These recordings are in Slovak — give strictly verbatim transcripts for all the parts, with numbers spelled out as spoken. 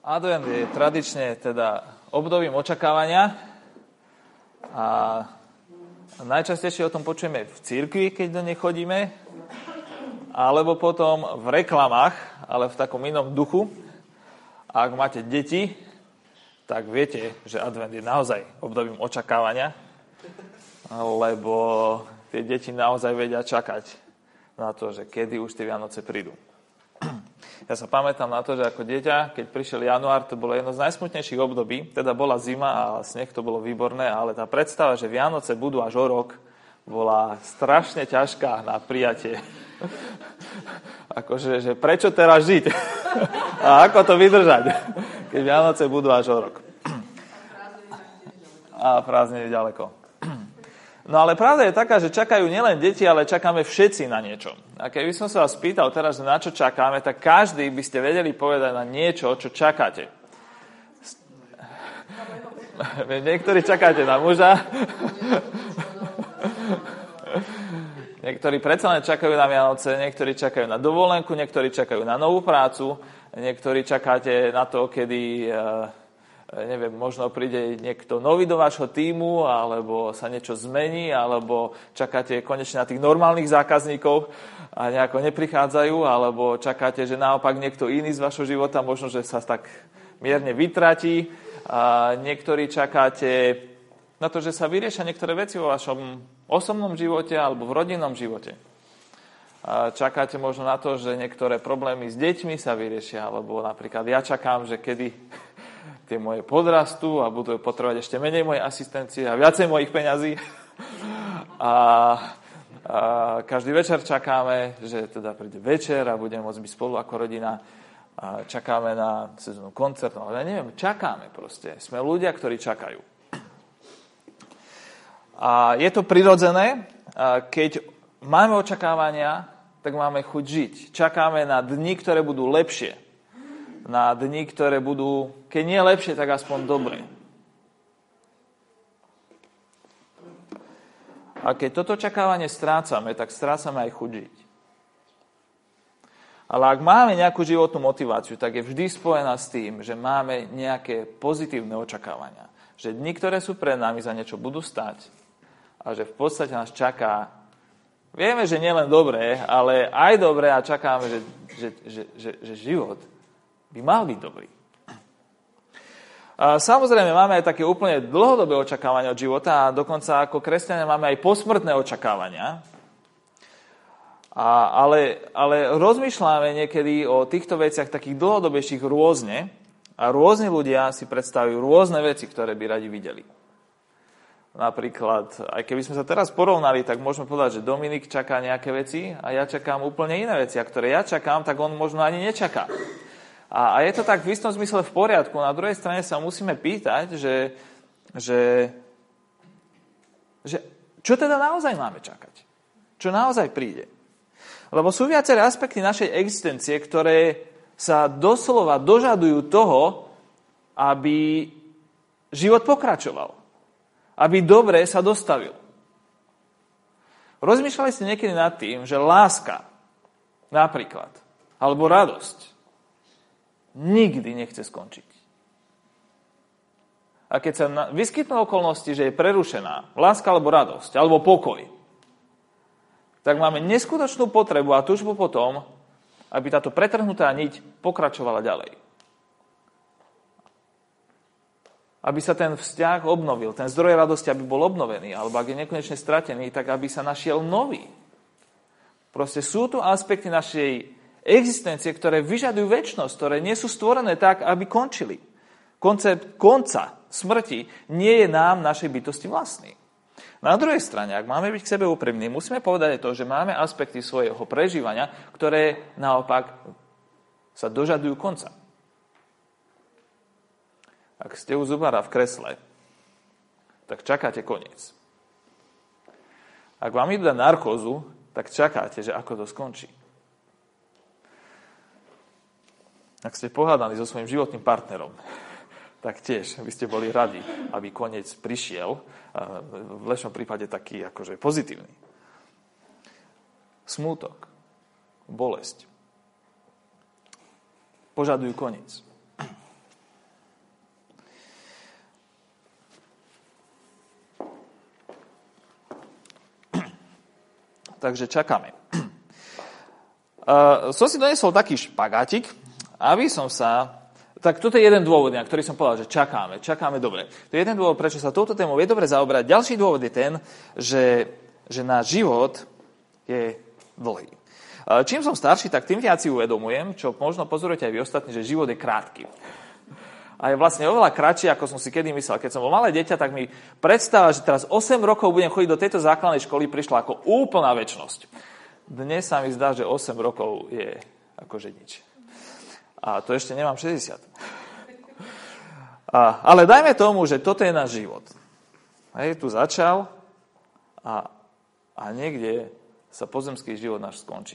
Advent je tradične teda obdobím očakávania a najčastejšie o tom počujeme v cirkvi, keď do nej chodíme, alebo potom v reklamách, ale v takom inom duchu. A ak máte deti, tak viete, že Advent je naozaj obdobím očakávania, lebo tie deti naozaj vedia čakať na to, že kedy už tie Vianoce prídu. Ja sa pamätám na to, že ako dieťa, keď prišiel január, to bolo jedno z najsmutnejších období, teda bola zima a sneh, to bolo výborné, ale tá predstava, že Vianoce budú až o rok, bola strašne ťažká na prijatie. Akože, že prečo teraz žiť? A ako to vydržať, keď Vianoce budú až o rok? A prázdne je ďaleko. No ale pravda je taká, že čakajú nielen deti, ale čakáme všetci na niečo. A keby som sa vás pýtal teraz, na čo čakáme, tak každý by ste vedeli povedať na niečo, čo čakáte. Niektorí čakáte na muža. Niektorí predsa len čakajú na Vianoce, niektorí čakajú na dovolenku, niektorí čakajú na novú prácu, niektorí čakáte na to, kedy... neviem, možno príde niekto nový do vášho tímu, alebo sa niečo zmení, alebo čakáte konečne na tých normálnych zákazníkov a nejako neprichádzajú, alebo čakáte, že naopak niekto iný z vašho života možno, že sa tak mierne vytratí. A niektorí čakáte na to, že sa vyriešia niektoré veci vo vašom osobnom živote alebo v rodinnom živote. A čakáte možno na to, že niektoré problémy s deťmi sa vyriešia, alebo napríklad ja čakám, že kedy tie moje podrastú a budú potrebovať ešte menej mojej asistencie a viacej mojich peňazí. A, a každý večer čakáme, že teda príde večer a budeme môcť byť spolu ako rodina. A čakáme na sezónnu koncert, ale neviem, čakáme proste. Sme ľudia, ktorí čakajú. A je to prirodzené, keď máme očakávania, tak máme chuť žiť. Čakáme na dni, ktoré budú lepšie. Na dni, ktoré budú, keď nie lepšie, tak aspoň dobré. A keď toto očakávanie strácame, tak strácame aj chuť žiť. Ale ak máme nejakú životnú motiváciu, tak je vždy spojená s tým, že máme nejaké pozitívne očakávania. Že dni, ktoré sú pred nami, za niečo budú stať. A že v podstate nás čaká, vieme, že nielen dobré, ale aj dobré a čakáme, že, že, že, že, že život by mal byť dobrý. A samozrejme, máme aj také úplne dlhodobé očakávania od života a dokonca ako kresťania máme aj posmrtné očakávania. A, ale, ale rozmýšľame niekedy o týchto veciach takých dlhodobejších rôzne a rôzni ľudia si predstavujú rôzne veci, ktoré by radi videli. Napríklad, aj keby sme sa teraz porovnali, tak môžeme povedať, že Dominik čaká nejaké veci a ja čakám úplne iné veci. A ktoré ja čakám, tak on možno ani nečaká. A, a je to tak v istom zmysle v poriadku. Na druhej strane sa musíme pýtať, že, že, že čo teda naozaj máme čakať? Čo naozaj príde? Lebo sú viaceré aspekty našej existencie, ktoré sa doslova dožadujú toho, aby život pokračoval. Aby dobre sa dostavil. Rozmýšľali ste niekedy nad tým, že láska, napríklad, alebo radosť, nikdy nechce skončiť. A keď sa vyskytnú okolnosti, že je prerušená láska alebo radosť, alebo pokoj, tak máme neskutočnú potrebu a túžbu potom, aby táto pretrhnutá niť pokračovala ďalej. Aby sa ten vzťah obnovil, ten zdroj radosti, aby bol obnovený, alebo ak je nekonečne stratený, tak aby sa našiel nový. Proste sú tu aspekty našej existencie, ktoré vyžadujú večnosť, ktoré nie sú stvorené tak, aby končili. Koncept konca, smrti, nie je nám našej bytosti vlastný. Na druhej strane, ak máme byť k sebe úprimní, musíme povedať to, že máme aspekty svojho prežívania, ktoré naopak sa dožadujú konca. Ak ste u zubára v kresle, tak čakáte koniec. Ak vám idú dať narkózu, tak čakáte, že ako to skončí. Ak ste pohádali so svojím životným partnerom, tak tiež by ste boli radi, aby koniec prišiel, v lepšom prípade taký akože pozitívny. Smútok, bolesť požadujú koniec. takže čakáme. Uh, som si donesol taký špagátik, aby som sa... Tak toto je jeden dôvod, na ktorý som povedal, že čakáme, čakáme dobre. To je jeden dôvod, prečo sa touto témou je dobre zaoberať. Ďalší dôvod je ten, že, že náš život je dlhý. Uh, čím som starší, tak tým viac si uvedomujem, čo možno pozorujete aj vy ostatní, že život je krátky. A je vlastne oveľa kratší, ako som si kedy myslel. Keď som bol malé dieťa, tak mi predstava, že teraz osem rokov budem chodiť do tejto základnej školy, prišla ako úplná večnosť. Dnes sa mi zdá, že osem rokov je akože nič. A to ešte nemám šesťdesiat. A, ale dajme tomu, že toto je náš život. Hej, tu začal a, a niekde sa pozemský život náš skončí.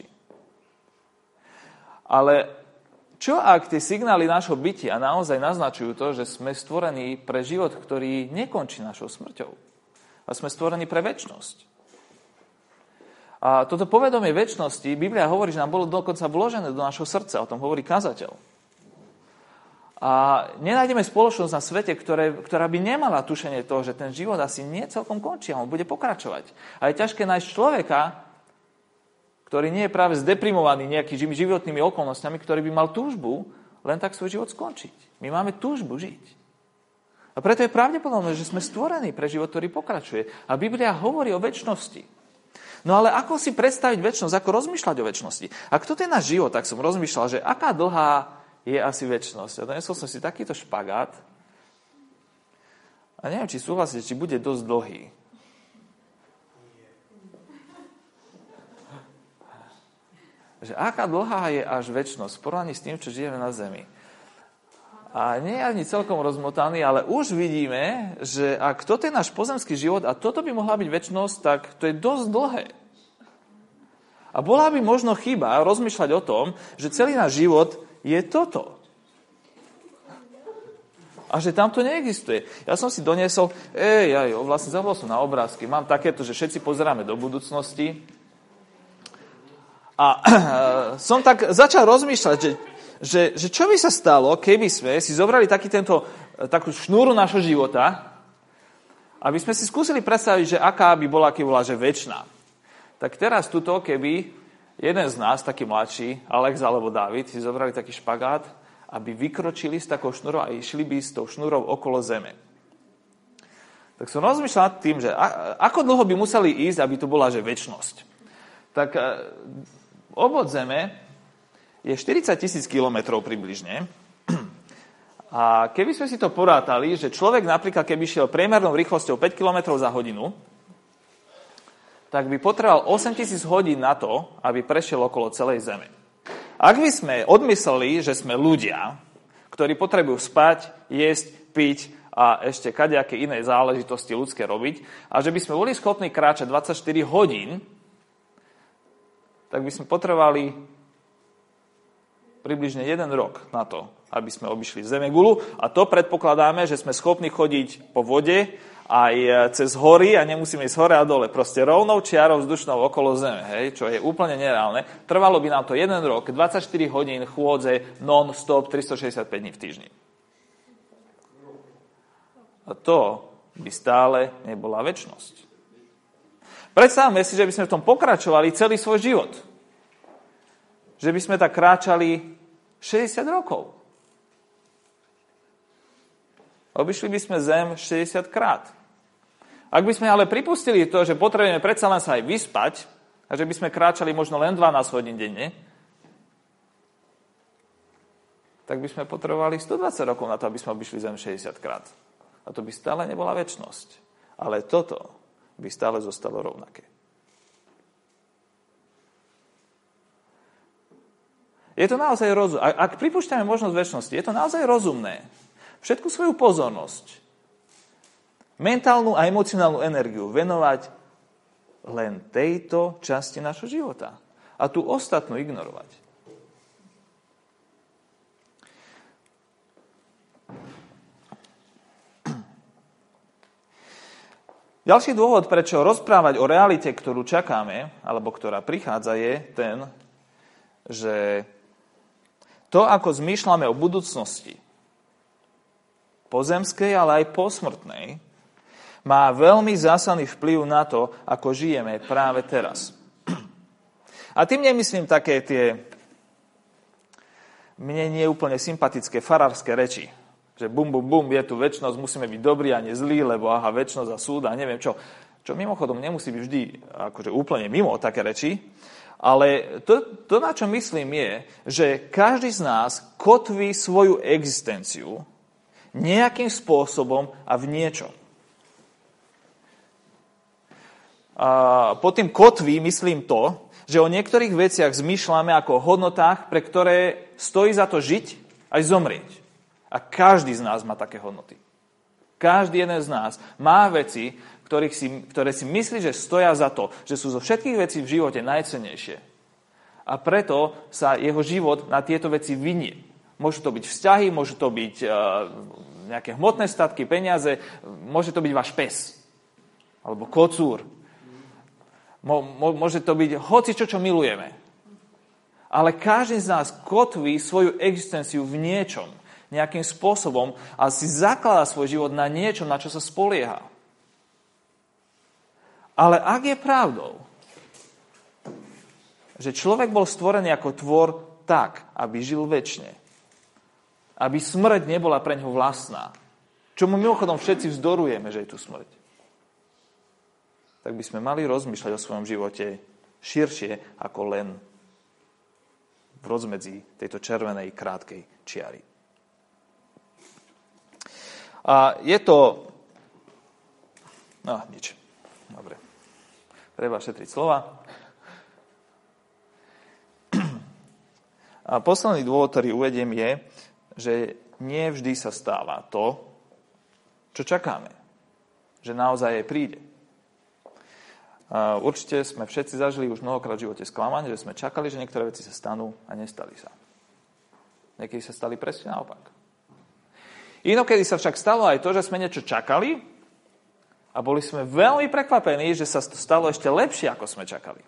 Ale čo ak tie signály nášho bytia naozaj naznačujú to, že sme stvorení pre život, ktorý nekončí našou smrťou? A sme stvorení pre večnosť. A toto povedomie večnosti, Biblia hovorí, že nám bolo dokonca vložené do našho srdca, o tom hovorí kazateľ. A nenájdeme spoločnosť na svete, ktoré, ktorá by nemala tušenie toho, že ten život asi nie celkom končí a on bude pokračovať. A je ťažké nájsť človeka, ktorý nie je práve zdeprimovaný nejakými životnými okolnostiami, ktorý by mal túžbu len tak svoj život skončiť. My máme túžbu žiť. A preto je pravdepodobné, že sme stvorení pre život, ktorý pokračuje. A Biblia hovorí o večnosti. No ale ako si predstaviť večnosť, ako rozmýšľať o večnosti? Ak toto je náš život, tak som rozmýšľal, že aká dlhá je asi večnosť. A donesol som si takýto špagát a neviem, či súhlasíte, či bude dosť dlhý. Že aká dlhá je až večnosť v porovnaní s tým, čo žijeme na zemi. A nie je ani celkom rozmotaný, ale už vidíme, že ak toto je náš pozemský život a toto by mohla byť večnosť, tak to je dosť dlhé. A bola by možno chyba rozmýšľať o tom, že celý náš život je toto. A že tam to neexistuje. Ja som si doniesol, ej, ja, vlastne zabol som na obrázky, mám takéto, že všetci pozeráme do budúcnosti. A som tak začal rozmýšľať, že Že, že čo by sa stalo, keby sme si zobrali taký tento, takú šnúru našho života, aby sme si skúsili predstaviť, že aká by bola, keby bola, že večná. Tak teraz tuto, keby jeden z nás, taký mladší, Alex alebo David, si zobrali taký špagát, aby vykročili s takou šnúrou a išli by s tou šnúrou okolo zeme. Tak som rozmýšľal nad tým, že ako dlho by museli ísť, aby to bola, že večnosť. Tak obvod zeme je štyridsať tisíc kilometrov približne. A keby sme si to porátali, že človek napríklad, keby šiel priemernou rýchlosťou päť kilometrov za hodinu, tak by potreboval osem tisíc hodín na to, aby prešiel okolo celej Zeme. Ak by sme odmysleli, že sme ľudia, ktorí potrebujú spať, jesť, piť a ešte kadejaké iné záležitosti ľudské robiť, a že by sme boli schopní kráčať dvadsaťštyri hodín, tak by sme potrebovali približne jeden rok na to, aby sme obišli Zemegulu. A to predpokladáme, že sme schopní chodiť po vode aj cez hory a nemusíme ísť hore a dole. Proste rovnou čiarou vzdušnou okolo Zeme, hej, čo je úplne nereálne. Trvalo by nám to jeden rok, dvadsaťštyri hodín chôdze non-stop, tristošesťdesiatpäť dní v týždni. A to by stále nebola večnosť. Predstavme si, že by sme v tom pokračovali celý svoj život. Že by sme tak kráčali šesťdesiat rokov. Obišli by sme Zem šesťdesiat krát. Ak by sme ale pripustili to, že potrebujeme predsa len sa aj vyspať a že by sme kráčali možno len dvanásť hodín denne, tak by sme potrebovali stodvadsať rokov na to, aby sme obišli Zem šesťdesiat krát. A to by stále nebola večnosť. Ale toto by stále zostalo rovnaké. Je to naozaj rozumné. Ak pripúšťame možnosť večnosti, je to naozaj rozumné. Všetku svoju pozornosť, mentálnu a emocionálnu energiu venovať len tejto časti našho života. A tú ostatnú ignorovať. Ďalší dôvod, prečo rozprávať o realite, ktorú čakáme, alebo ktorá prichádza, je ten, že to, ako zmýšľame o budúcnosti, pozemskej, ale aj posmrtnej, má veľmi zásadný vplyv na to, ako žijeme práve teraz. A tým nemyslím také tie mne nie úplne sympatické farárske reči. Že bum, bum, bum, je tu večnosť, musíme byť dobrí a nezlí, lebo aha, večnosť a súd a neviem čo. Čo mimochodom nemusí byť vždy akože úplne mimo také reči. Ale to, to, na čo myslím, je, že každý z nás kotví svoju existenciu nejakým spôsobom a v niečom. A pod tým kotví myslím to, že o niektorých veciach zmýšľame ako o hodnotách, pre ktoré stojí za to žiť aj zomrieť. A každý z nás má také hodnoty. Každý jeden z nás má veci, ktorých si, ktoré si myslí, že stoja za to, že sú zo všetkých vecí v živote najcennejšie. A preto sa jeho život na tieto veci vinie. Môžu to byť vzťahy, môžu to byť uh, nejaké hmotné statky, peniaze, môže to byť váš pes. Alebo kocúr. Môže to byť hoci čo, čo milujeme. Ale každý z nás kotví svoju existenciu v niečom, nejakým spôsobom a si zakladá svoj život na niečom, na čo sa spolieha. Ale ak je pravdou, že človek bol stvorený ako tvor tak, aby žil večne, aby smrť nebola pre ňoho vlastná, čomu mimochodom všetci vzdorujeme, že je tu smrť, tak by sme mali rozmýšľať o svojom živote širšie ako len v rozmedzi tejto červenej krátkej čiary. A je to... No, nič. Dobre. Treba šetriť slova. A posledný dôvod, ktorý uvediem, je, že nie vždy sa stáva to, čo čakáme. Že naozaj aj príde. Určite sme všetci zažili už mnohokrát v živote sklamanie, že sme čakali, že niektoré veci sa stanú a nestali sa. Niekedy sa stali presne naopak. Inokedy sa však stalo aj to, že sme niečo čakali a boli sme veľmi prekvapení, že sa to stalo ešte lepšie, ako sme čakali.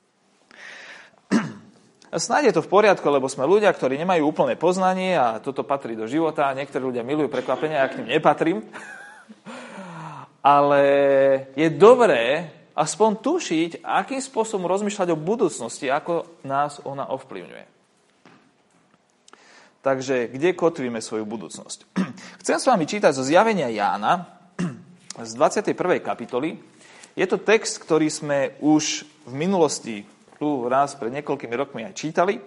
A snáď je to v poriadku, lebo sme ľudia, ktorí nemajú úplné poznanie a toto patrí do života. Niektorí ľudia milujú prekvapenia, ja k nim nepatrím. Ale je dobré aspoň tušiť, akým spôsobom rozmýšľať o budúcnosti, ako nás ona ovplyvňuje. Takže, kde kotvíme svoju budúcnosť? Chcem s vami čítať zo Zjavenia Jána z dvadsiatej prvej kapitoly. Je to text, ktorý sme už v minulosti tu raz pred niekoľkými rokmi aj čítali.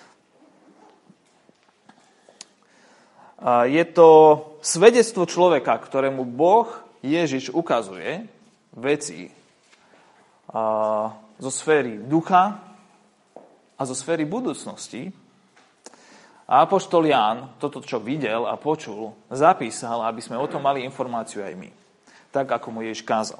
Je to svedectvo človeka, ktorému Boh Ježiš ukazuje veci zo sféry ducha a zo sféry budúcnosti. A apoštol Ján toto, čo videl a počul, zapísal, aby sme o tom mali informáciu aj my. Tak, ako mu Ježiš kázal.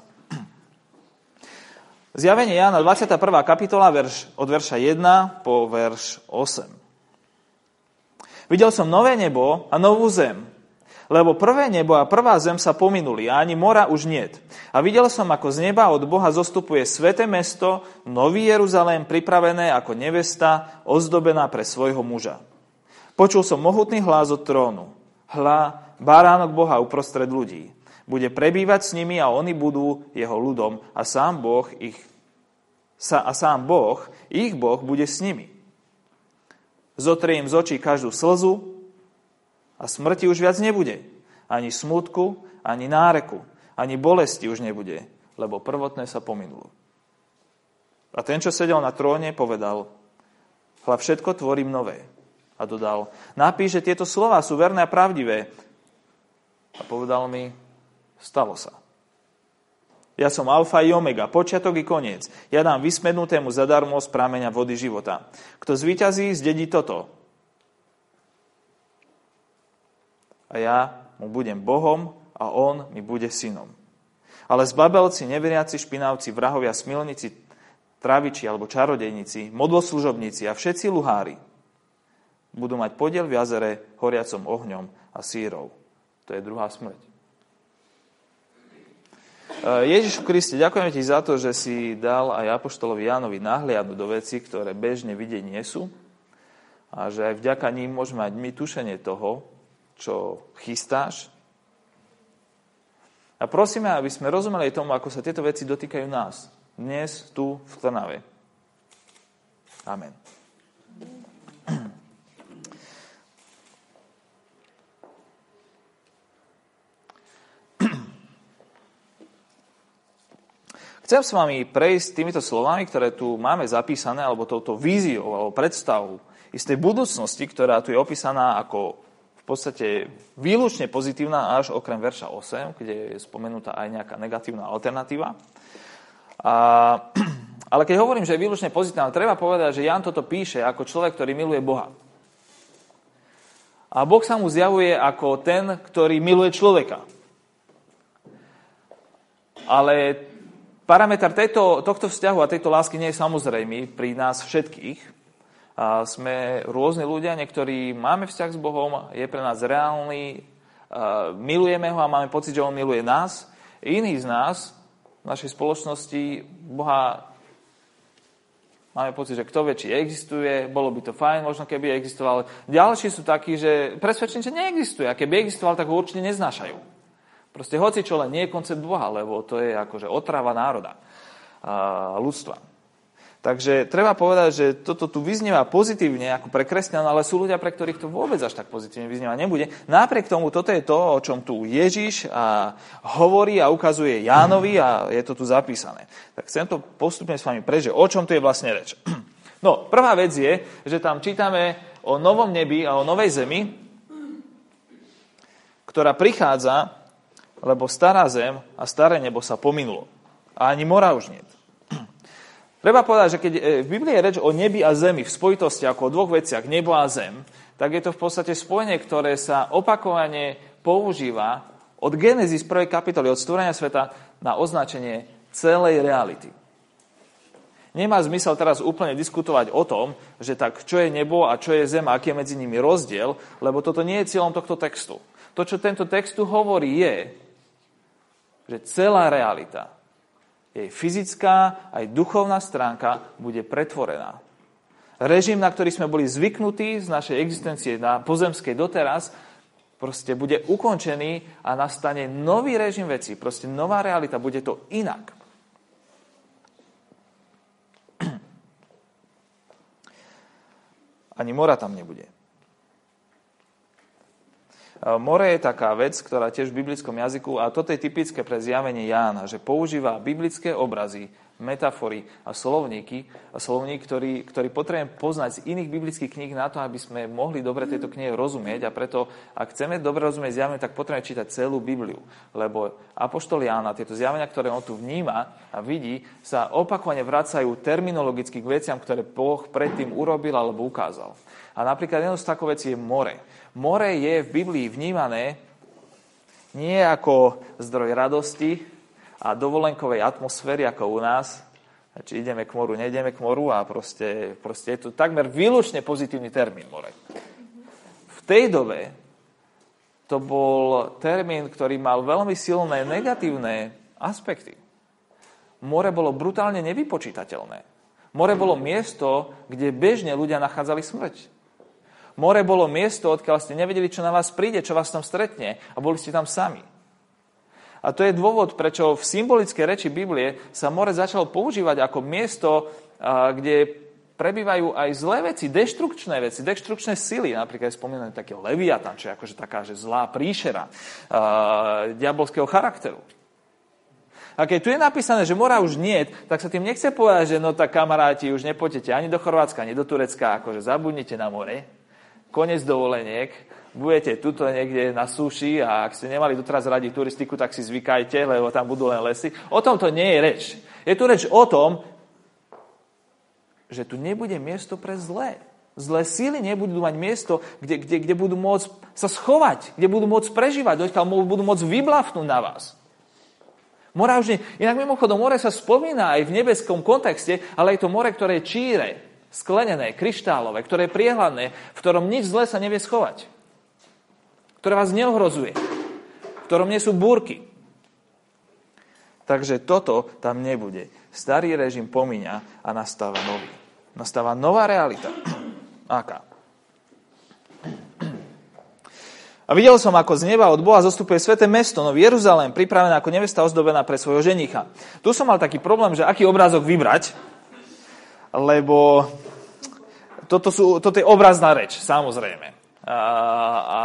Zjavenie Jána, dvadsiata prvá kapitola, verš, od verša jeden po verš osem. Videl som nové nebo a novú zem, lebo prvé nebo a prvá zem sa pominuli a ani mora už niet. A videl som, ako z neba od Boha zostupuje sväté mesto, nový Jeruzalém, pripravené ako nevesta, ozdobená pre svojho muža. Počul som mohutný hlas od trónu. Hľa, baránok Boha uprostred ľudí. Bude prebývať s nimi a oni budú jeho ľudom a sám Boh ich sa, a sám Boh, ich Boh, bude s nimi. Zotrie im z očí každú slzu a smrti už viac nebude. Ani smútku, ani náreku, ani bolesti už nebude, lebo prvotné sa pominulo. A ten, čo sedel na tróne, povedal: hľa, všetko tvorím nové. A dodal: napíš, že tieto slová sú verné a pravdivé. A povedal mi: stalo sa. Ja som alfa i omega, počiatok i koniec. Ja dám vysmednutému zadarmo z prameňa vody života. Kto zvíťazí, zdedí toto. A ja mu budem Bohom a on mi bude synom. Ale zbabelci, neveriaci, špinavci, vrahovia, smilníci, traviči alebo čarodejníci, modloslužobníci a všetci luhári budú mať podiel v jazere horiacom ohňom a sírov. To je druhá smrť. Ježišu Kriste, ďakujeme ti za to, že si dal aj apoštolovi Jánovi nahliadnúť do veci, ktoré bežne vidieť nie sú, a že aj vďaka ním môžeme mať my tušenie toho, čo chystáš. A prosíme, aby sme rozumeli tomu, ako sa tieto veci dotýkajú nás. Dnes, tu, v Trnave. Amen. Chcem s vami prejsť týmito slovami, ktoré tu máme zapísané, alebo touto víziou, alebo predstavou istej budúcnosti, ktorá tu je opísaná ako v podstate výlučne pozitívna, až okrem verša osem, kde je spomenutá aj nejaká negatívna alternatíva. A, ale keď hovorím, že je výlučne pozitívna, treba povedať, že Ján toto píše ako človek, ktorý miluje Boha. A Boh sa mu zjavuje ako ten, ktorý miluje človeka. Ale parameter tejto, tohto vzťahu a tejto lásky nie je samozrejmý pri nás všetkých. A sme rôzni ľudia, niektorí máme vzťah s Bohom, je pre nás reálny, milujeme ho a máme pocit, že on miluje nás. Iní z nás, v našej spoločnosti, Boha máme pocit, že kto vie, či existuje, bolo by to fajn, možno keby existoval. Ďalší sú takí, že presvedčení, že neexistuje. A keby existoval, tak ho určite neznášajú. Proste hoci čo, len nie je koncept Boha, lebo to je akože otrava národa a ľudstva. Takže treba povedať, že toto tu vyznieva pozitívne ako pre kresťanov, ale sú ľudia, pre ktorých to vôbec až tak pozitívne vyznieva nebude. Napriek tomu, toto je to, o čom tu Ježiš a hovorí a ukazuje Jánovi a je to tu zapísané. Tak chcem to postupne s vami prejsť, o čom tu je vlastne reč. No, prvá vec je, že tam čítame o novom nebi a o novej zemi, ktorá prichádza, lebo stará zem a staré nebo sa pominulo. A ani mora už nie. Treba povedať, že keď v Biblii je reč o nebi a zemi v spojitosti ako o dvoch veciach, nebo a zem, tak je to v podstate spojenie, ktoré sa opakovane používa od Genesis prvej kapitoly, od stvorenia sveta na označenie celej reality. Nemá zmysel teraz úplne diskutovať o tom, že tak čo je nebo a čo je zem a aký je medzi nimi rozdiel, lebo toto nie je cieľom tohto textu. To, čo tento text tu hovorí, je, že celá realita, jej fyzická aj duchovná stránka bude pretvorená. Režim, na ktorý sme boli zvyknutí z našej existencie na pozemskej doteraz, proste bude ukončený a nastane nový režim vecí. Proste nová realita, bude to inak. Ani mora tam nebude. More je taká vec, ktorá tiež v biblickom jazyku, a toto je typické pre zjavenie Jána, že používa biblické obrazy, metafory a slovníky, a slovník, ktorý, ktorý potrebujeme poznať z iných biblických kníh na to, aby sme mohli dobre tejto knihe rozumieť, a preto, ak chceme dobre rozumieť zjavenie, tak potrebujeme čítať celú Bibliu, lebo apoštol Ján a tieto zjavenia, ktoré on tu vníma a vidí, sa opakovane vracajú terminologicky k veciam, ktoré Boh predtým urobil alebo ukázal. A napríklad jednou z takých vecí je more. More je v Biblii vnímané nie ako zdroj radosti a dovolenkovej atmosféry ako u nás. Či ideme k moru, nejdeme k moru a proste, proste je to takmer výlučne pozitívny termín more. V tej dobe to bol termín, ktorý mal veľmi silné negatívne aspekty. More bolo brutálne nevypočítateľné. More bolo miesto, kde bežne ľudia nachádzali smrť. More bolo miesto, odkiaľ ste nevedeli, čo na vás príde, čo vás tam stretne a boli ste tam sami. A to je dôvod, prečo v symbolickej reči Biblie sa more začalo používať ako miesto, kde prebývajú aj zlé veci, deštrukčné veci, deštrukčné sily. Napríklad je spomínaný taký Leviatan, čo je akože taká že zlá príšera diabolského charakteru. A keď tu je napísané, že mora už nie, tak sa tým nechce povedať, že no tak kamaráti, už nepoďte ani do Chorvátska, ani do Turecka, akože zabudnite na more. Koniec dovoleniek, budete tuto niekde na súši a ak ste nemali doteraz radi turistiku, tak si zvykajte, lebo tam budú len lesy. O tom to nie je reč. Je tu reč o tom, že tu nebude miesto pre zlé. Zlé síly nebudú mať miesto, kde, kde, kde budú môcť sa schovať, kde budú môcť prežívať, dokiaľ budú môcť vyblafnúť na vás. Mora už nie. Inak mimochodom, more sa spomína aj v nebeskom kontexte, ale je to more, ktoré je číre, sklenené, kryštálové, ktoré je priehľadné, v ktorom nič zlé sa nevie schovať. Ktoré vás neohrozuje. V ktorom nie sú búrky. Takže toto tam nebude. Starý režim pomíňa a nastáva nový. Nastáva nová realita. Aká? A videl som, ako z neba od Boha zostupuje sväté mesto, Nový Jeruzalém, pripravené ako nevesta ozdobená pre svojho ženicha. Tu som mal taký problém, že aký obrázok vybrať, lebo toto, sú, toto je obrazná reč, samozrejme. A, a,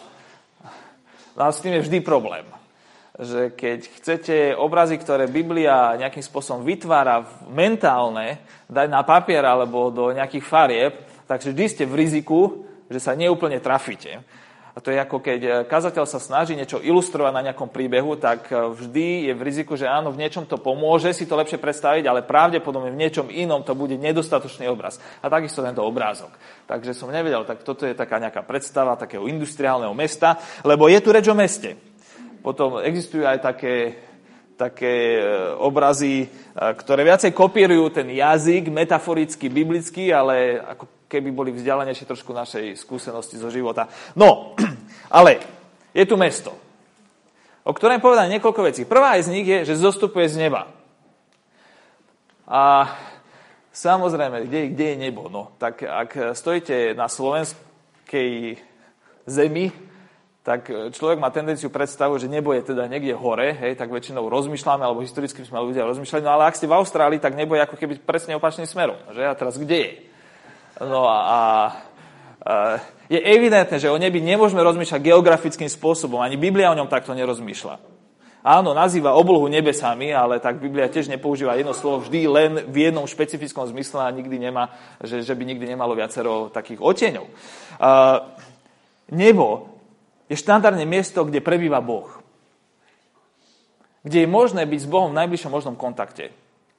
a s tým je vždy problém. Že keď chcete obrazy, ktoré Biblia nejakým spôsobom vytvára mentálne, dať na papier alebo do nejakých farieb, takže vždy ste v riziku, že sa neúplne trafíte. A to je ako keď kazateľ sa snaží niečo ilustrovať na nejakom príbehu, tak vždy je v riziku, že áno, v niečom to pomôže si to lepšie predstaviť, ale pravdepodobne v niečom inom to bude nedostatočný obraz. A takisto tento obrázok. Takže som nevedel, tak toto je taká nejaká predstava takého industriálneho mesta, lebo je tu reč o meste. Potom existujú aj také, také obrazy, ktoré viacej kopírujú ten jazyk, metaforický, biblický, ale ako keby boli vzdialenejšie trošku našej skúsenosti zo života. No, ale je tu mesto, o ktorom povedané niekoľko vecí. Prvá z nich je, že zostupuje z neba. A samozrejme, kde, kde je nebo? No, tak ak stojíte na slovenskej zemi, tak človek má tendenciu predstavu, že nebo je teda niekde hore, hej, tak väčšinou rozmýšľame, alebo historicky sme ľudia rozmýšľali, no ale ak ste v Austrálii, tak nebo je ako keby presne opačným smerom. Že? A teraz kde je? No a, a, a je evidentné, že o nebi nemôžeme rozmýšľať geografickým spôsobom. Ani Biblia o ňom takto nerozmýšľa. Áno, nazýva oblohu nebesami, ale tak Biblia tiež nepoužíva jedno slovo vždy len v jednom špecifickom zmysle a nikdy nemá, že, že by nikdy nemalo viacero takých odtieňov. Uh, nebo je štandardne miesto, kde prebýva Boh. Kde je možné byť s Bohom v najbližšom možnom kontakte.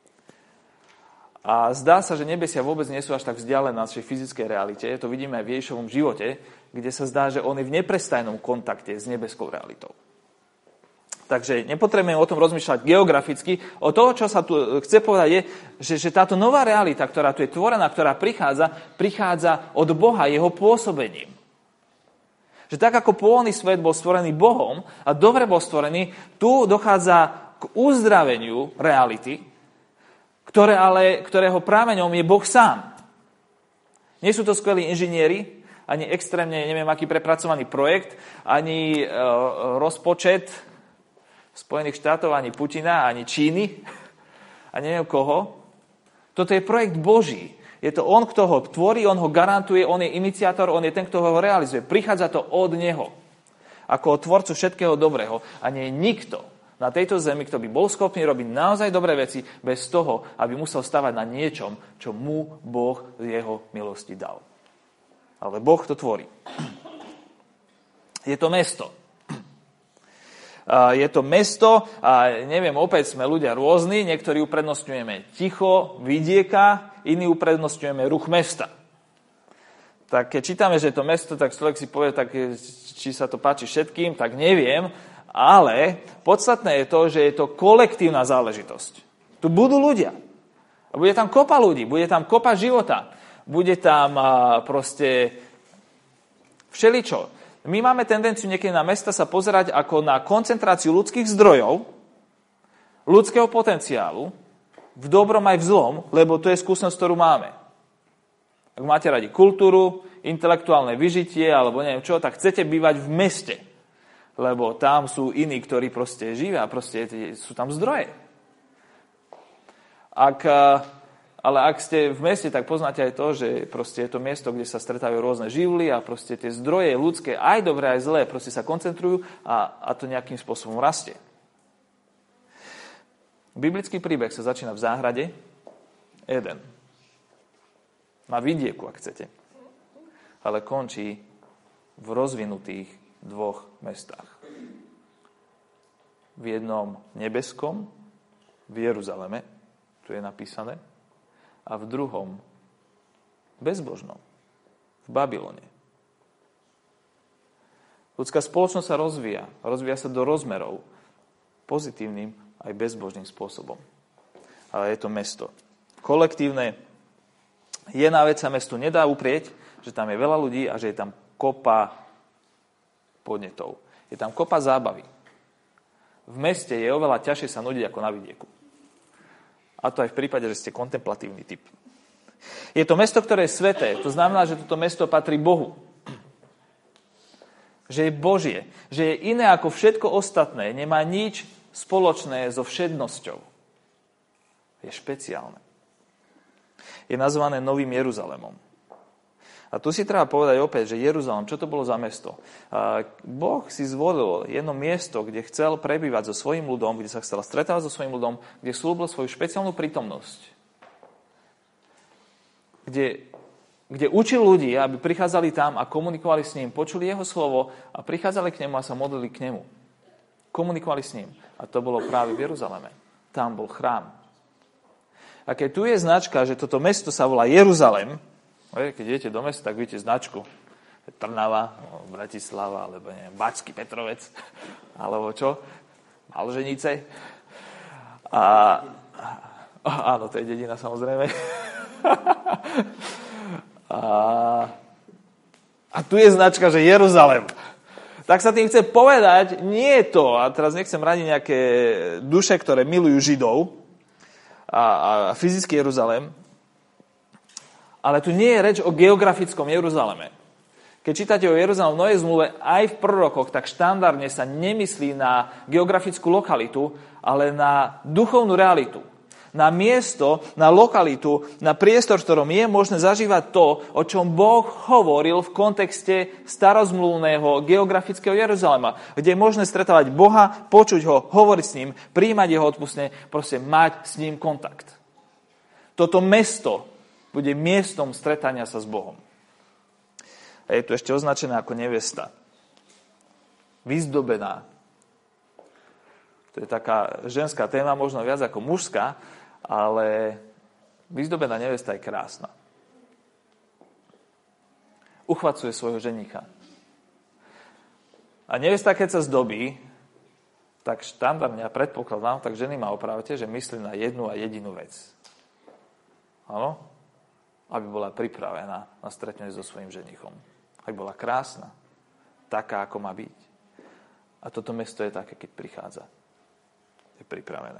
A zdá sa, že nebesia vôbec nie sú až tak vzdialené na našej fyzickej realite. To vidíme aj v Ježišovom živote, kde sa zdá, že on je v neprestajnom kontakte s nebeskou realitou. Takže nepotrebujeme o tom rozmýšľať geograficky. O toho, čo sa tu chce povedať, je, že, že táto nová realita, ktorá tu je tvorená, ktorá prichádza, prichádza od Boha, jeho pôsobením. Že tak, ako pôvodný svet bol stvorený Bohom a dobre bol stvorený, tu dochádza k uzdraveniu reality, ktoré ale, ktorého prámeňom je Boh sám. Nie sú to skvelí inžinieri, ani extrémne, neviem, aký prepracovaný projekt, ani e, rozpočet Spojených štátov, ani Putina, ani Číny, a neviem koho. Toto je projekt Boží. Je to on, kto ho tvorí, on ho garantuje, on je iniciátor, on je ten, kto ho realizuje. Prichádza to od neho. Ako od tvorcu všetkého dobrého. A nie je nikto na tejto zemi, kto by bol schopný robiť naozaj dobré veci bez toho, aby musel stavať na niečom, čo mu Boh z jeho milosti dal. Ale Boh to tvorí. Je to mesto. Je to mesto a neviem, opäť sme ľudia rôzni, niektorí uprednostňujeme ticho, vidieka, iní uprednostňujeme ruch mesta. Tak keď čítame, že je to mesto, tak človek si povie, tak, či sa to páči všetkým, tak neviem. Ale podstatné je to, že je to kolektívna záležitosť. Tu budú ľudia. A bude tam kopa ľudí, bude tam kopa života. Bude tam proste všeličo. My máme tendenciu niekedy na mesta sa pozerať ako na koncentráciu ľudských zdrojov, ľudského potenciálu, v dobrom aj v zlom, lebo to je skúsenosť, ktorú máme. Ak máte radi kultúru, intelektuálne vyžitie alebo neviem čo, tak chcete bývať v meste. Lebo tam sú iní, ktorí proste živia, proste sú tam zdroje. Ak, ale ak ste v meste, tak poznáte aj to, že proste je to miesto, kde sa stretávajú rôzne živly a proste tie zdroje ľudské, aj dobré, aj zlé, proste sa koncentrujú a, a to nejakým spôsobom rastie. Biblický príbeh sa začína v záhrade Eden. Na vidieku, ak chcete. Ale končí v rozvinutých dvoch mestách. V jednom nebeskom, v Jeruzaleme, tu je napísané, a v druhom bezbožnom, v Babylone. Ľudská spoločnosť sa rozvíja. Rozvíja sa do rozmerov pozitívnym aj bezbožným spôsobom. Ale je to mesto. Kolektívne. Jedna vec sa mestu nedá uprieť, že tam je veľa ľudí a že je tam kopa podnetov. Je tam kopa zábavy. V meste je oveľa ťažšie sa nudiť ako na vidieku. A to aj v prípade, že ste kontemplatívny typ. Je to mesto, ktoré je sveté. To znamená, že toto mesto patrí Bohu. Že je Božie. Že je iné ako všetko ostatné. Nemá nič spoločné so všednosťou. Je špeciálne. Je nazvané Novým Jeruzalémom. A tu si treba povedať opäť, že Jeruzalém, čo to bolo za mesto? Boh si zvolil jedno miesto, kde chcel prebývať so svojím ľudom, kde sa chcel stretávať so svojím ľudom, kde slúbil svoju špeciálnu prítomnosť. Kde, kde učil ľudí, aby prichádzali tam a komunikovali s ním, počuli jeho slovo a prichádzali k nemu a sa modlili k nemu. Komunikovali s ním. A to bolo práve v Jeruzaleme. Tam bol chrám. A keď tu je značka, že toto mesto sa volá Jeruzalém, keď idete do mesta, tak vidíte značku. Trnava, Bratislava, alebo neviem, Bačský Petrovec, alebo čo? Malženice. A, a áno, to je dedina, samozrejme. a, a tu je značka, že Jeruzalém. Tak sa tým chce povedať, nie je to, a teraz nechcem radiť nejaké duše, ktoré milujú Židov a, a fyzický Jeruzalém, ale tu nie je reč o geografickom Jeruzaleme. Keď čítate o Jeruzalém v Novej zmluve, aj v prorokoch, tak štandardne sa nemyslí na geografickú lokalitu, ale na duchovnú realitu. Na miesto, na lokalitu, na priestor, v ktorom je možné zažívať to, o čom Boh hovoril v kontexte starozmluvného geografického Jeruzalema, kde je možné stretávať Boha, počuť ho, hovoriť s ním, prijímať jeho odpustenie, proste mať s ním kontakt. Toto mesto bude miestom stretania sa s Bohom. A je tu ešte označená ako nevesta. Vyzdobená. To je taká ženská téma, možno viac ako mužská, ale vyzdobená nevesta je krásna. Uchvacuje svojho ženicha. A nevesta, keď sa zdobí, tak štandardne, ja predpokladám, tak ženy ma opravte, že myslí na jednu a jedinú vec. Áno? Aby bola pripravená na stretnutie so svojím ženichom. Aby bola krásna, taká, ako má byť. A toto mesto je také, keď prichádza. Je pripravené.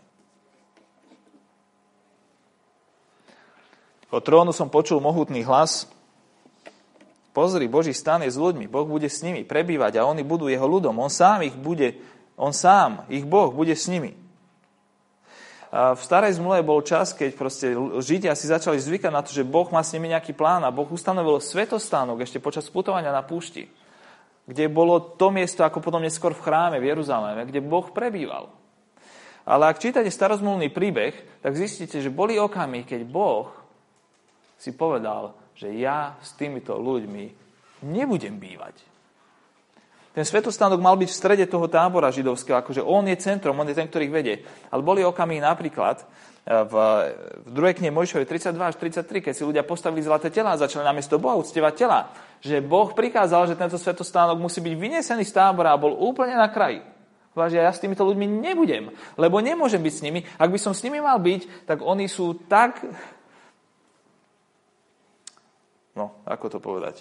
Od trónu som počul mohutný hlas. Pozri, Boží stan je s ľuďmi. Boh bude s nimi prebývať a oni budú jeho ľudom. On sám ich bude, on sám, ich Boh, bude s nimi. A v starej zmluve bol čas, keď proste Židia si začali zvykať na to, že Boh má s nimi nejaký plán a Boh ustanovil svätostánok ešte počas putovania na púšti, kde bolo to miesto, ako potom neskôr v chráme v Jeruzaléme, kde Boh prebýval. Ale ak čítate starozmluvný príbeh, tak zistíte, že boli okamihy, keď Boh si povedal, že ja s týmito ľuďmi nebudem bývať. Ten svätostánok mal byť v strede toho tábora židovského, akože on je centrom, on je ten, ktorý ich vedie. Ale boli okamihy napríklad v, v druhej knihe Mojžišovej tridsaťdva až tridsaťtri, keď si ľudia postavili zlaté telá a začali namiesto Boha uctievať telá, že Boh prikázal, že tento svätostánok musí byť vynesený z tábora a bol úplne na kraji. Že ja s týmito ľuďmi nebudem, lebo nemôžem byť s nimi. Ak by som s nimi mal byť, tak oni sú tak... No, ako to povedať?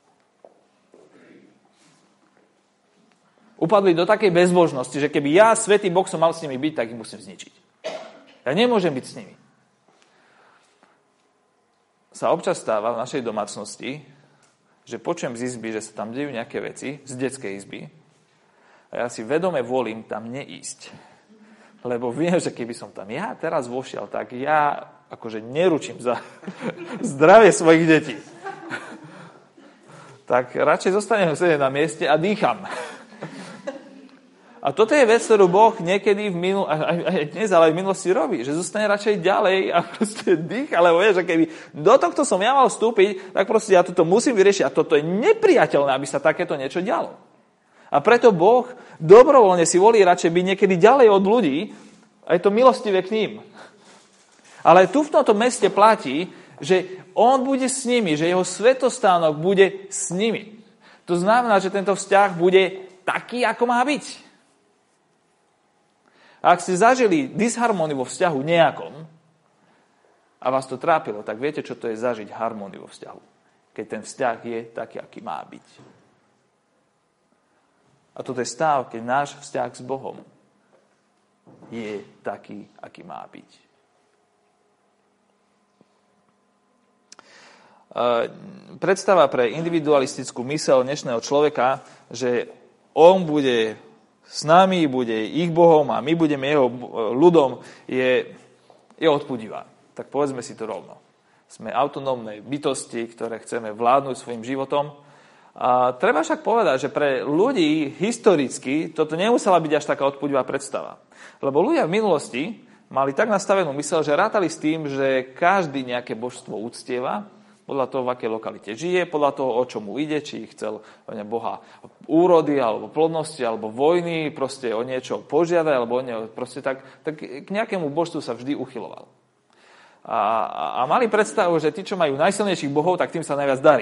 Upadli do takej bezbožnosti, že keby ja, svätý Boh, som mal s nimi byť, tak ich musím zničiť. Ja nemôžem byť s nimi. Sa občas stáva v našej domácnosti, že počujem z izby, že sa tam dejú nejaké veci, z detskej izby, a ja si vedome volím tam neísť. Lebo viem, že keby som tam ja teraz vošiel, tak ja akože neručím za zdravie svojich detí. Tak radšej zostanem sedieť na mieste a dýcham. A toto je vec, ktorú Boh niekedy v minul, aj dnes, ale aj v minulosti robí, že zostane radšej ďalej a proste dýcha, lebo vieš, že keby do tohto som ja mal vstúpiť, tak proste ja toto musím vyriešiť a toto je nepriateľné, aby sa takéto niečo dialo. A preto Boh dobrovoľne si volí radšej byť niekedy ďalej od ľudí a je to milostivé k ním. Ale tu v tomto meste platí, že on bude s nimi, že jeho svätostánok bude s nimi. To znamená, že tento vzťah bude taký, ako má byť. A ak ste zažili disharmóniu vo vzťahu nejakom a vás to trápilo, tak viete, čo to je zažiť harmóniu vo vzťahu. Keď ten vzťah je taký, aký má byť. A toto je stav, keď náš vzťah s Bohom je taký, aký má byť. Predstava pre individualistickú myseľ dnešného človeka, že on bude s nami, bude ich Bohom a my budeme jeho ľudom, je, je odpudivá. Tak povedzme si to rovno. Sme autonómne bytosti, ktoré chceme vládnuť svojim životom. A treba však povedať, že pre ľudí historicky toto nemusela byť až taká odpudivá predstava. Lebo ľudia v minulosti mali tak nastavenú myseľ, že rátali s tým, že každý nejaké božstvo uctieva, podľa toho, v akej lokalite žije, podľa toho, o čomu ide, či chcel Boha úrody, alebo plodnosti, alebo vojny, proste o niečo požiadať, alebo o niečo, proste tak, tak k nejakému božstvu sa vždy uchyloval. A, a, a mali predstavu, že tí, čo majú najsilnejších bohov, tak tým sa najviac darí.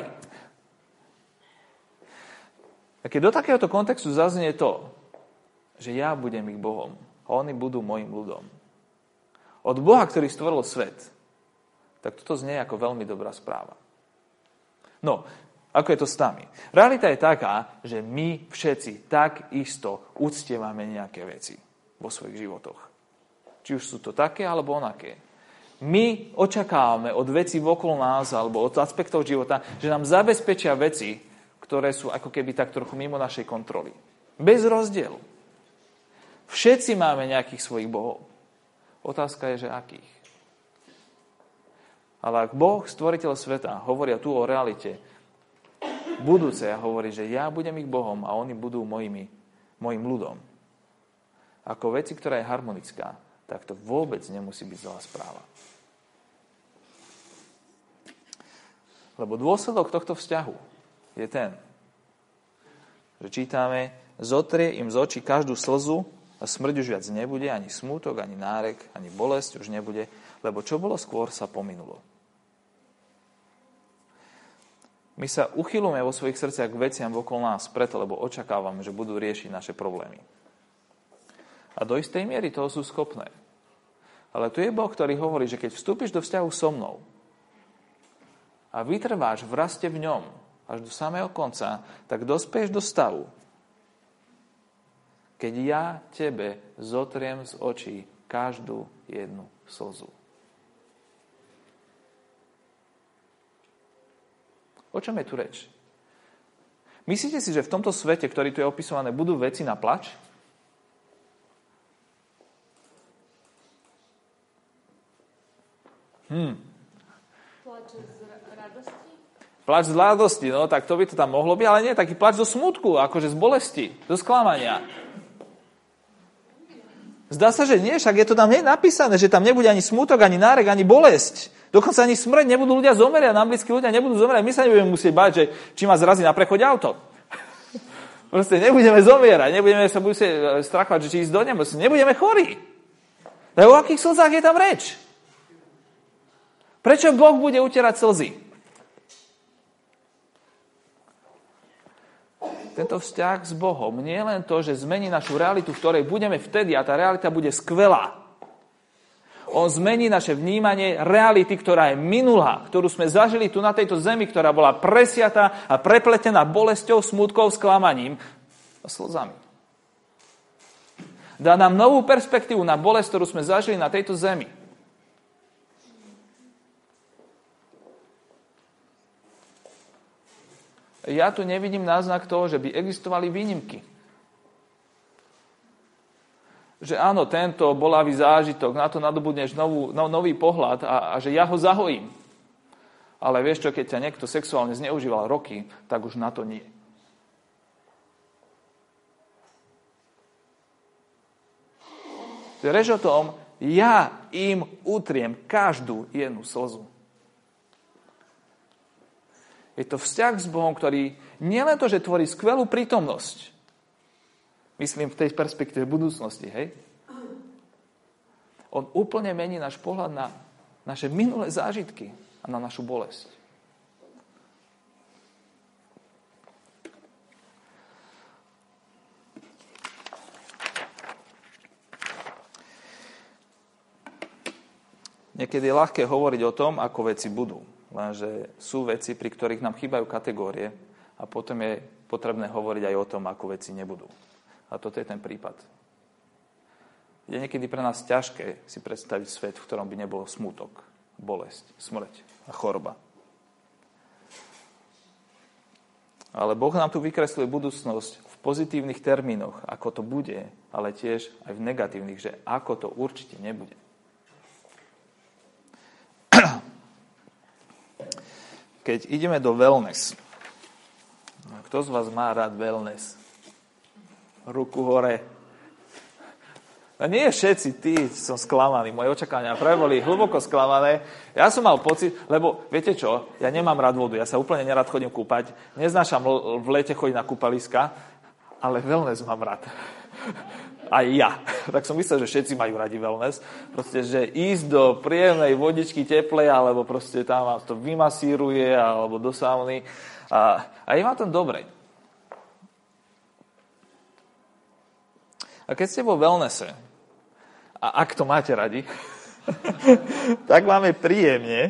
A keď do takéhoto kontextu zaznie to, že ja budem ich Bohom a oni budú mojim ľudom, od Boha, ktorý stvoril svet, tak toto znie ako veľmi dobrá správa. No, ako je to s nami? Realita je taká, že my všetci tak isto uctievame nejaké veci vo svojich životoch. Či už sú to také, alebo onaké. My očakávame od vecí okolo nás, alebo od aspektov života, že nám zabezpečia veci, ktoré sú ako keby tak trochu mimo našej kontroly. Bez rozdielu. Všetci máme nejakých svojich bohov. Otázka je, že akých. Ale ak Boh, stvoriteľ sveta, hovoria tu o realite budúcej a hovorí, že ja budem ich Bohom a oni budú mojimi, mojim ľudom. Ako veci, ktorá je harmonická, tak to vôbec nemusí byť zlá správa. Lebo dôsledok tohto vzťahu je ten, že čítame, zotrie im z očí každú slzu a smrť už viac nebude, ani smútok, ani nárek, ani bolesť už nebude, lebo čo bolo skôr, sa pominulo. My sa uchylujeme vo svojich srdciach k veciam okolo nás preto, lebo očakávame, že budú riešiť naše problémy. A do istej miery toho sú schopné. Ale tu je Boh, ktorý hovorí, že keď vstúpiš do vzťahu so mnou a vytrváš v raste v ňom až do samého konca, tak dospeješ do stavu, keď ja tebe zotriem z očí každú jednu slzu. O čom je tu reč? Myslíte si, že v tomto svete, ktorý tu je opisované, budú veci na plač? Hm. Plač z radosti? Plač z radosti, no tak to by to tam mohlo byť, ale nie, taký plač zo smútku, akože z bolesti, zo sklamania. Zdá sa, že nie, však je to tam nie napísané, že tam nebude ani smútok, ani nárek, ani bolesť. Dokonca ani smrť, nebudú ľudia zomierať, nám blízki ľudia nebudú zomierať. My sa nebudeme musieť báť, že či ma zrazí na prechode auto. Proste nebudeme zomierať, nebudeme sa musieť strachovať, že či ísť do nemocnice. Nebudeme chorí. Tak o akých slzách je tam reč? Prečo Boh bude utierať slzy? Tento vzťah s Bohom nie je len to, že zmení našu realitu, v ktorej budeme vtedy a tá realita bude skvelá. On zmení naše vnímanie reality, ktorá je minulá, ktorú sme zažili tu na tejto zemi, ktorá bola presiatá a prepletená bolesťou, smútkou, sklamaním a slzami. Dá nám novú perspektívu na bolesť, ktorú sme zažili na tejto zemi. Ja tu nevidím náznak toho, že by existovali výnimky. Že áno, tento bolavý zážitok, na to nadobudneš novú, no, nový pohľad a, a že ja ho zahojím. Ale vieš čo, keď ťa niekto sexuálne zneužíval roky, tak už na to nie. Reč o tom, ja im utriem každú jednu slzu. Je to vzťah s Bohom, ktorý nie len to, že tvorí skvelú prítomnosť, myslím v tej perspektíve budúcnosti, hej? On úplne mení náš pohľad na naše minulé zážitky a na našu bolesť. Niekedy je ľahké hovoriť o tom, ako veci budú. Lenže sú veci, pri ktorých nám chýbajú kategórie a potom je potrebné hovoriť aj o tom, ako veci nebudú. A toto je ten prípad. Je niekedy pre nás ťažké si predstaviť svet, v ktorom by nebol smútok, bolesť, smrť a choroba. Ale Boh nám tu vykresluje budúcnosť v pozitívnych termínoch, ako to bude, ale tiež aj v negatívnych, že ako to určite nebude. keď ideme do wellness. Kto z vás má rád wellness? Ruku hore. A nie všetci tí som sklamaný. Moje očakávania práve boli hlboko sklamané. Ja som mal pocit, lebo viete čo, ja nemám rád vodu, ja sa úplne nerad chodím kúpať, neznášam v lete chodiť na kúpaliska, ale wellness mám rád. Aj ja. Tak som myslel, že všetci majú radi wellness. Proste, že ísť do príjemnej vodičky teplej, alebo proste tam vás to vymasíruje, alebo do sauny. A, a je vám tam dobre. A keď ste vo wellnesse, a ak to máte radi, tak máme príjemne.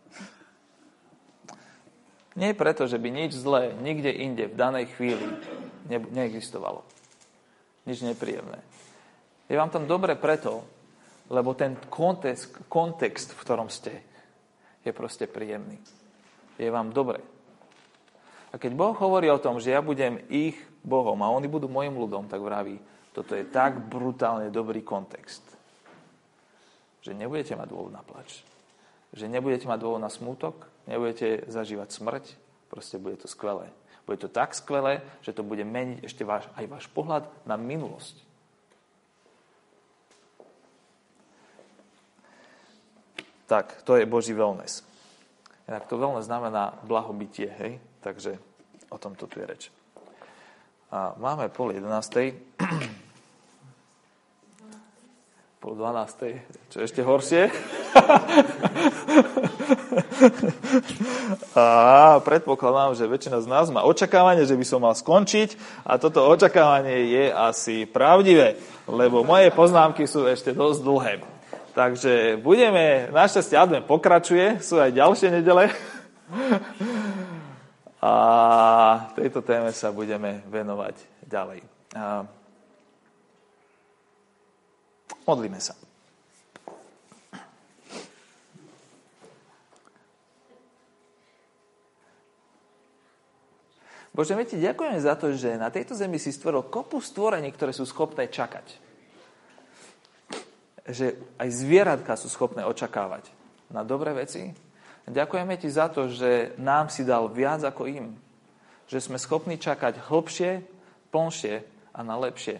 Nie preto, že by nič zlé nikde inde v danej chvíli ne, neexistovalo. Nič nepríjemné. Je vám tam dobre preto, lebo ten kontext, kontext, v ktorom ste, je proste príjemný. Je vám dobre. A keď Boh hovorí o tom, že ja budem ich Bohom a oni budú mojim ľudom, tak vraví, toto je tak brutálne dobrý kontext, že nebudete mať dôvod na plač. Že nebudete mať dôvod na smútok, nebudete zažívať smrť, proste bude to skvelé. Bude to tak skvelé, že to bude meniť ešte váš, aj váš pohľad na minulosť. Tak, to je Boží wellness. Inak to wellness znamená blahobytie, hej? Takže o tomto tu je reč. A máme pol jedenástej. Pol dvanástej. Čo ešte horšie? A predpokladám, že väčšina z nás má očakávanie, že by som mal skončiť a toto očakávanie je asi pravdivé, lebo moje poznámky sú ešte dosť dlhé. Takže budeme, našťastie advent pokračuje, sú aj ďalšie nedele a tejto téme sa budeme venovať ďalej. A modlíme sa. Bože, my ti ďakujeme za to, že na tejto zemi si stvoril kopu stvorení, ktoré sú schopné čakať. Že aj zvieratka sú schopné očakávať na dobré veci. Ďakujeme ti za to, že nám si dal viac ako im. Že sme schopní čakať hlbšie, plnšie a na lepšie.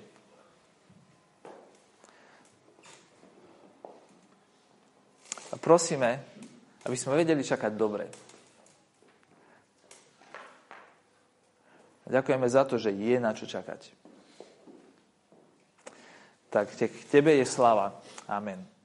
A prosíme, aby sme vedeli čakať dobre. Ďakujeme za to, že je na čo čakať. Tak k tebe je sláva. Amen.